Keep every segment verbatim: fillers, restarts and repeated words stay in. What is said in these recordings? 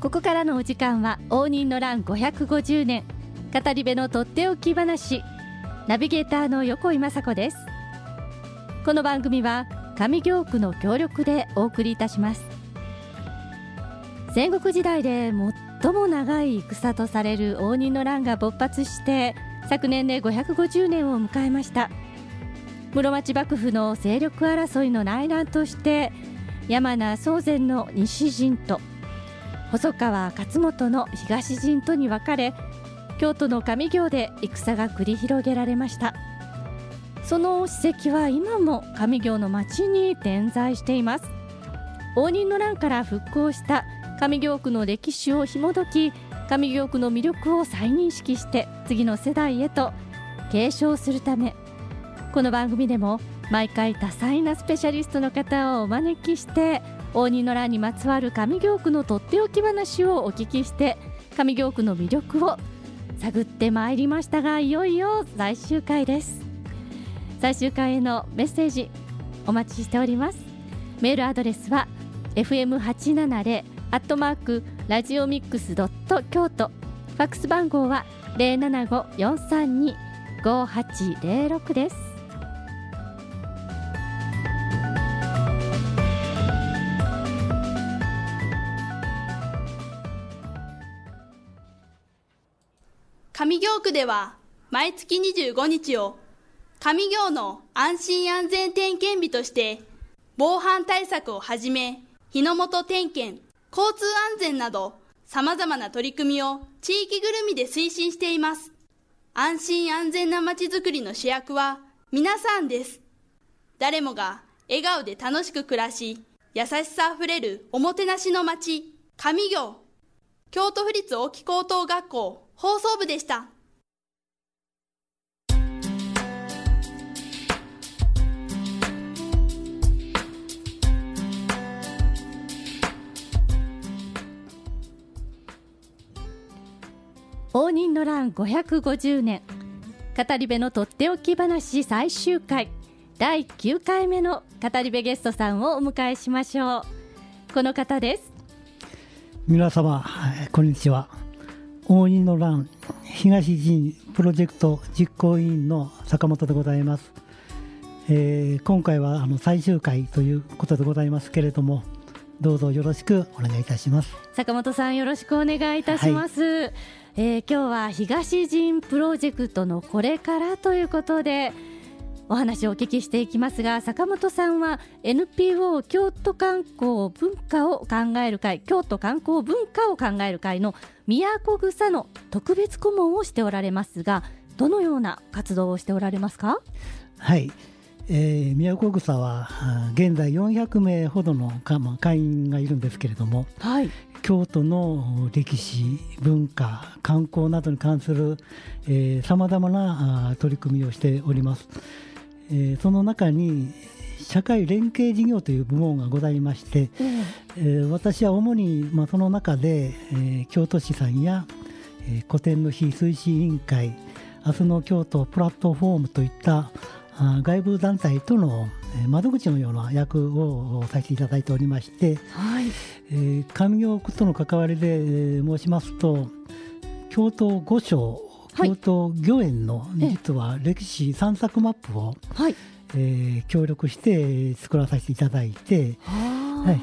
ここからのお時間は応仁の乱ごひゃくごじゅうねん語り部のとっておき話、ナビゲーターの横井雅子です。この番組は上京区の協力でお送りいたします。戦国時代で最も長い戦とされる応仁の乱が勃発して昨年でごひゃくごじゅうねんを迎えました。室町幕府の勢力争いの内乱として山名宗全の西陣と細川勝元の東陣とに分かれ、京都の上京で戦が繰り広げられました。その史跡は今も上京の町に点在しています。応仁の乱から復興した上京区の歴史を紐解き、上京区の魅力を再認識して次の世代へと継承するため、この番組でも毎回多彩なスペシャリストの方をお招きして応仁の乱にまつわる上京区のとっておき話をお聞きして上京区の魅力を探ってまいりましたが、いよいよ最終回です。最終回へのメッセージお待ちしております。メールアドレスは エフエムはちななゼロ アットマークラジオミックスドット京都、ファックス番号は ゼロななご よんさんに ごはちゼロろく です。 上京区では毎月にじゅうごにちを上京の安心安全点検日として防犯対策をはじめ火の元点検、交通安全など様々な取り組みを地域ぐるみで推進しています。安心安全な街づくりの主役は皆さんです。誰もが笑顔で楽しく暮らし、優しさあふれるおもてなしの街、上京。京都府立沖高等学校放送部でした。 応仁の乱ごひゃくごじゅうねん語り部のとっておき話最終回だいきゅうかいめの語り部ゲストさんをお迎えしましょう。この方です。 皆様こんにちは。応仁の乱東陣プロジェクト実行委員の坂本でございます。えー、今回はあの最終回ということでございますけれども、どうぞよろしくお願いいたします。 坂本さんよろしくお願いいたします。はい、えー、今日は東陣プロジェクトのこれからということでお話をお聞きしていきますが、坂本さんは エヌピーオー 京都観光文化を考える会、京都観光文化を考える会の都草の特別顧問をしておられますが、どのような活動をしておられますか？ はい、えー、都草は現在よんひゃくめいほどの会員がいるんですけれども、はい、京都の歴史、文化、観光などに関するさまざまな取り組みをしております。えー、その中に社会連携事業という部門がございまして、うんえー、私は主に、まあ、その中で、えー、京都市さんや、えー、古典の日推進委員会、明日の京都プラットフォームといったあ外部団体との窓口のような役をさせていただいておりまして、はいえー、上京区との関わりで、えー、申しますと、京都御所京都御苑の実は歴史散策マップを、はいえー、協力して作らさせていただいて、はい、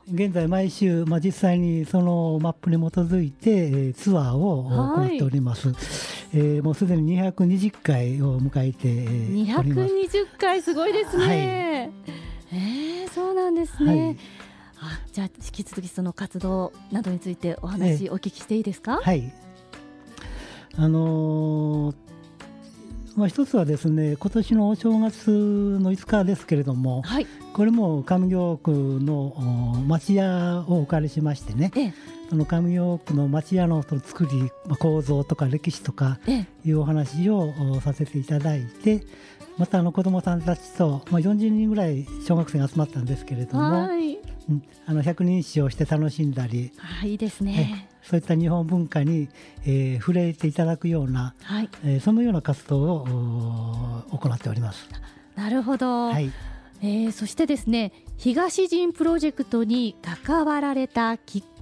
現在毎週、まあ、実際にそのマップに基づいてツアーを行っております。はいえー、もうすでににひゃくにじゅっかいを迎えております。 にひゃくにじゅっかいすごいですね。はいえー、そうなんですね。はい、あじゃあ引き続きその活動などについてお話お聞きしていいですか？ はいあのーまあ、一つはですね、今年のお正月のいつかですけれども、はい、これも上京区の町屋をお借りしましてね、ええ、その上京区の町屋のその作り、構造とか歴史とかいうお話をさせていただいて、またあの子どもさんたちと、まあ、よんじゅうにんぐらい小学生が集まったんですけれども、はいうん、あの百人一首をして楽しんだり、 あいいですね。 そういった日本文化に、えー、触れていただくような、はいえー、そのような活動を行っております。 なるほど、はいえー、そしてですね、東陣プロジェクトに関わられたきっ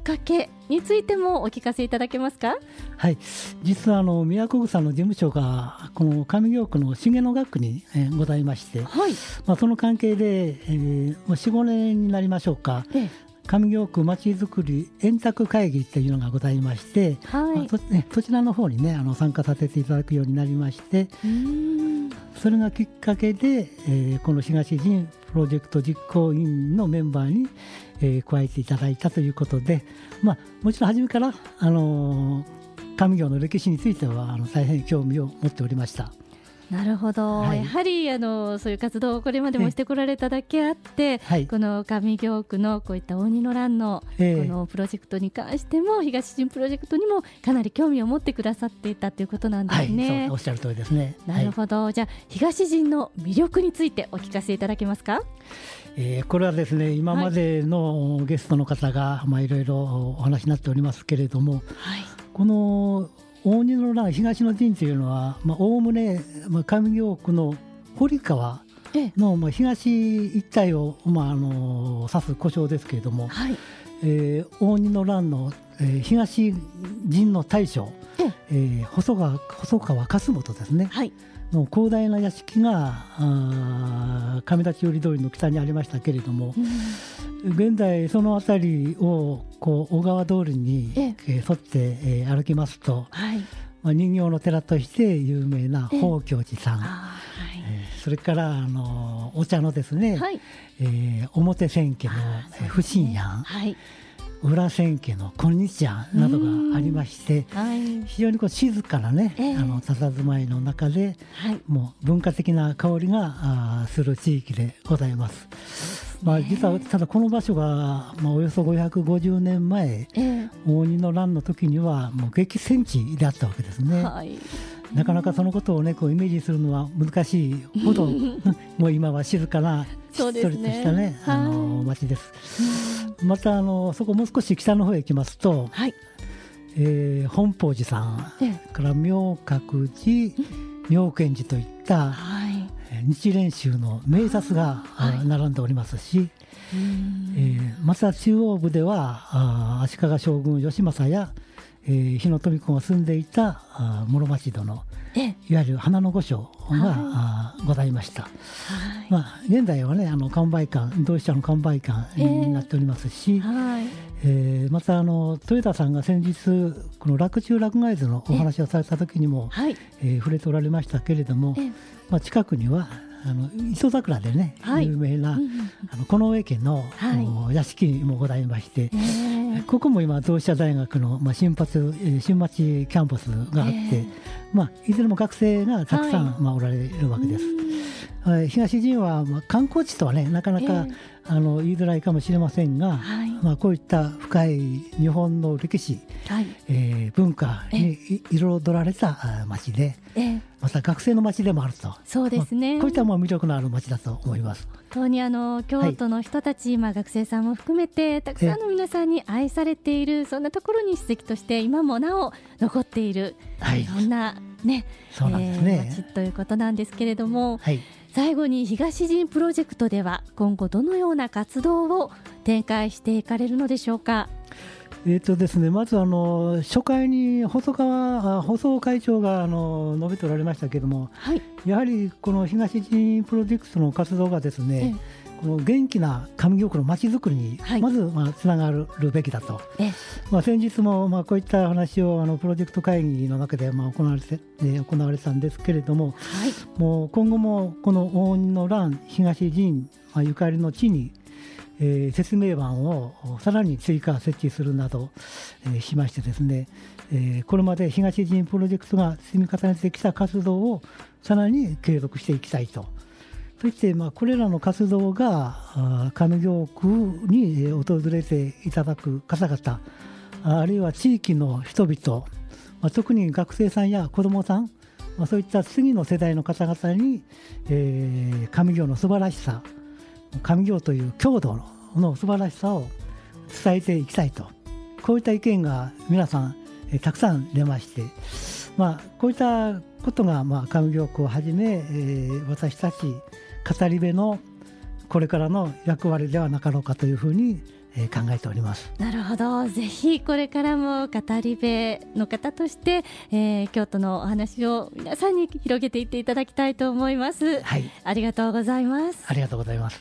かけについてもお聞かせいただけますか。 はい、実はあの宮古草の事務所がこの上京区の重野学区に、えー、ございまして、はい、まあ、その関係で、えー、もう よん、ごねんになりましょうか、ええ、上京区まちづくり円卓会議というのがございまして、はい、まあ そ, ね、そちらの方に、ね、あの参加させていただくようになりまして、うーん、それがきっかけで、えー、この東陣プロジェクト実行委員のメンバーに、えー、加えていただいたということで、まあ、もちろん初めから、あのー、上京の歴史についてはあの大変興味を持っておりました。 なるほど、はい、やはりあのそういう活動をこれまでもしてこられただけあって、はい、この上京区のこういった応仁の乱のこのプロジェクトに関しても、えー、東陣プロジェクトにもかなり興味を持ってくださっていたということなんですね。 はい、そうおっしゃる通りですね。 なるほど、はい、じゃあ東陣の魅力についてお聞かせいただけますか。 えー、これはですね、今までのゲストの方が、まあ、いろいろお話になっておりますけれども、はい、この応仁の乱東の陣というのはおおむね上京区の堀川の、まあ、東一帯を、まあ、あの指す呼称ですけれども、はい、えー、応仁の乱の、えー、東陣の大将、えー、細川細川勝元ですね、はい、の広大な屋敷が上立寄通りの北にありましたけれども、うん、現在その辺りをこう小川通りに、ええー、沿って、えー、歩きますと、はい、まあ、人形の寺として有名な宝鏡寺さん、えはい、えー、それからあのお茶のですね、はい、えー、表千家の不審庵、はい、裏千家の今日庵などがありまして、はい、非常にこう静かなね、えー、あの佇まいの中で、はい、もう文化的な香りがあする地域でございます。まあ、実はただこの場所が、まあ、およそごひゃくごじゅうねんまえ、えー、応仁の乱の時にはもう激戦地であったわけですね。はい、なかなかそのことを、ね、こうイメージするのは難しいほどもう今は静かなしっとりとした、ね、あの町です。またあのそこもう少し北の方へ行きますと、はい、えー、本法寺さん、えー、から明覚寺、妙見寺といった、はい、日蓮宗の名刹が、はい、並んでおりますし、えー、また中央部では足利将軍義政や、えー、日野富子が住んでいた室町戸のいわゆる花の御所が、はい、ございました。はい、まあ、現在はねあの完売館同志社の完売館になっておりますし、えーはい、えー、またあの豊田さんが先日この洛中洛外図のお話をされた時にも、えーはい、えー、触れておられましたけれども、えーまあ、近くにはあの磯桜でね、はい、有名な、うん、あの近衛家の、はい、屋敷もございまして、えー、ここも今同志社大学の、まあ、新発新町キャンパスがあって、えーまあ、いずれも学生がたくさん、はい、まあ、おられるわけです。はい、東陣は、まあ、観光地とはねなかなか、えー、あの言いづらいかもしれませんが、はい、まあ、こういった深い日本の歴史、はい、えー、文化に彩られた町で、えー、また学生の町でもあると。そうですね、まあ、こういったも魅力のある町だと思います。 本当にあの京都の人たち、はい、まあ、学生さんも含めてたくさんの皆さんに愛されているそんなところに史跡として今もなお残っている、はい、そんなね、そうなんですね、えー、町ということなんですけれども、はい、最後に東陣プロジェクトでは今後どのような活動を展開していかれるのでしょうか。 えーとですね、まずあの初回に細川細尾会長があの述べておられましたけれども、はい、やはりこの東陣プロジェクトの活動がですね、えこの元気な上京区のまちづくりにまずまあつながるべきだと、えまあ、先日もまあこういった話をあのプロジェクト会議の中でまあ行われて、え行われたんですけれども、はい、もう今後もこの応仁の乱東陣、まあ、ゆかりの地にえー、説明板をさらに追加設置するなど、えー、しましてですね、えー、これまで東陣プロジェクトが積み重ねてきた活動をさらに継続していきたいと。そして、まあ、これらの活動が上京区に訪れていただく方々、あるいは地域の人々、まあ、特に学生さんや子どもさん、まあ、そういった次の世代の方々に、えー、上京の素晴らしさ、上京という郷土の素晴らしさを伝えていきたいと、こういった意見が皆さん、えー、たくさん出まして、まあ、こういったことが、まあ、上京区をはじめ、えー、私たち語り部のこれからの役割ではなかろうかというふうに、 えー、考えております。 なるほど。ぜひこれからも語り部の方として、えー、京都のお話を皆さんに広げていっていただきたいと思います。 はい、 ありがとうございます。 ありがとうございます。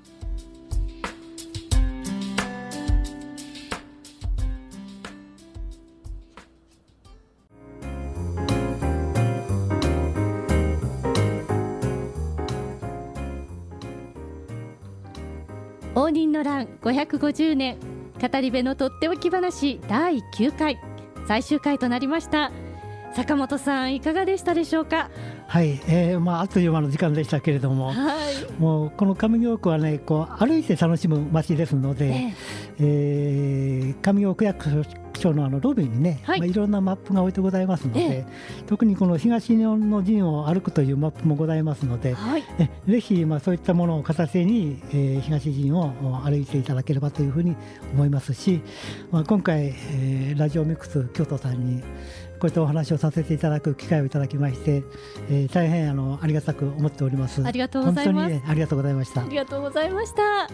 応仁の乱ごひゃくごじゅうねん語り部のとっておき話だいきゅうかい最終回となりました。坂本さんいかがでしたでしょうか。 はい、えーまあ、あっという間の時間でしたけれども、はい、もうこの上京区はねこう歩いて楽しむ街ですので、えーえー、上京区役所のあのロビーにね、はいまあ、いろんなマップが置いてございますので、えー、特にこの東日本の陣を歩くというマップもございますので、はい、えぜひまあそういったものを片手に、えー、東陣を歩いていただければというふうに思いますし、まあ、今回、えー、ラジオミックス京都さんにこういったお話をさせていただく機会をいただきまして、えー、大変あのありがたく思っております。 ありがとうございます。 本当にありがとうございました。 ありがとうございました。はい、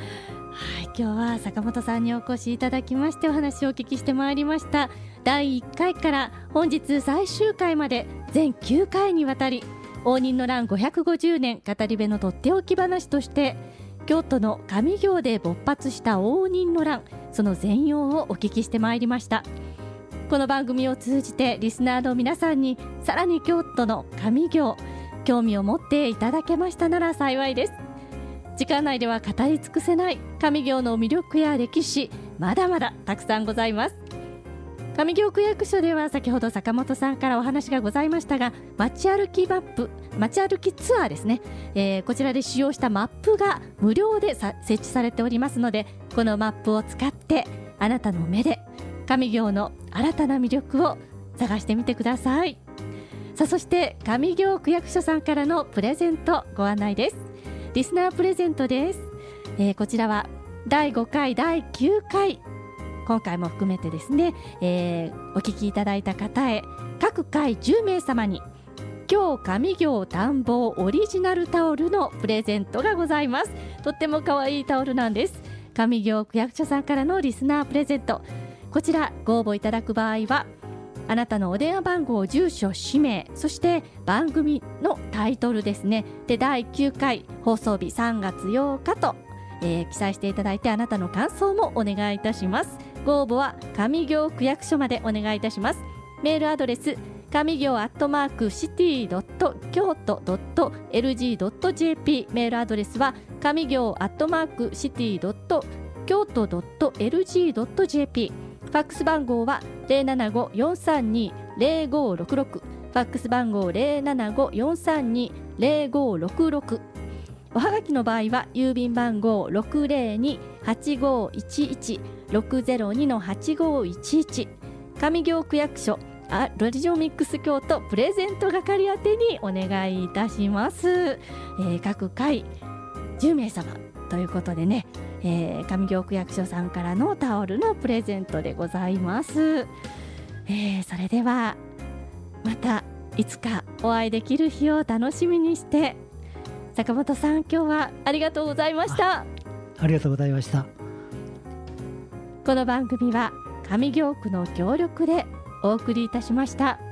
今日は坂本さんにお越しいただきましてお話をお聞きしてまいりました。だいいっかいから本日最終回まで全きゅうかいにわたり応仁の乱ごひゃくごじゅうねん語り部のとっておき話として京都の上京で勃発した応仁の乱その全容をお聞きしてまいりました。この番組を通じてリスナーの皆さんにさらに京都の上京興味を持っていただけましたなら幸いです。時間内では語り尽くせない上京の魅力や歴史まだまだたくさんございます。上京区役所では先ほど坂本さんからお話がございましたが街歩きマップ街歩きツアーですね、えー、こちらで使用したマップが無料でさ設置されておりますのでこのマップを使ってあなたの目で上京の新たな魅力を探してみてください。さあそして上京区役所さんからのプレゼントご案内です。リスナープレゼントです、えー、こちらはだいごかいだいきゅうかい今回も含めてですね、えー、お聞きいただいた方へ各回じゅうめい様に京上京探訪オリジナルタオルのプレゼントがございます。とっても可愛いタオルなんです。上京区役所さんからのリスナープレゼント、こちらご応募いただく場合はあなたのお電話番号、住所、氏名、そして番組のタイトルですねでだいきゅうかい放送日さんがつようかと、えー、記載していただいてあなたの感想もお願いいたします。ご応募は上京区役所までお願いいたします。メールアドレス上京アットマークシティドット京都ドットエルジードットジェーピー メールアドレスは上京アットマークシティドット京都ドットエルジードットジェーピーファックス番号は ゼロななごよんさんにゼロごろくろく ファックス番号 ゼロななごよんさんにゼロごろくろく。おはがきの場合は郵便番号 ろくぜろにはちごいちいち ろくぜろにのはちごいちいち 上京区役所あラジオミックス京都プレゼント係宛てにお願いいたします、えー、各回じゅうめい様ということでね、えー、上京区役所さんからのタオルのプレゼントでございます、えー、それではまたいつかお会いできる日を楽しみにして坂本さん今日はありがとうございました。 あ, ありがとうございました。 この番組は上京区の協力でお送りいたしました。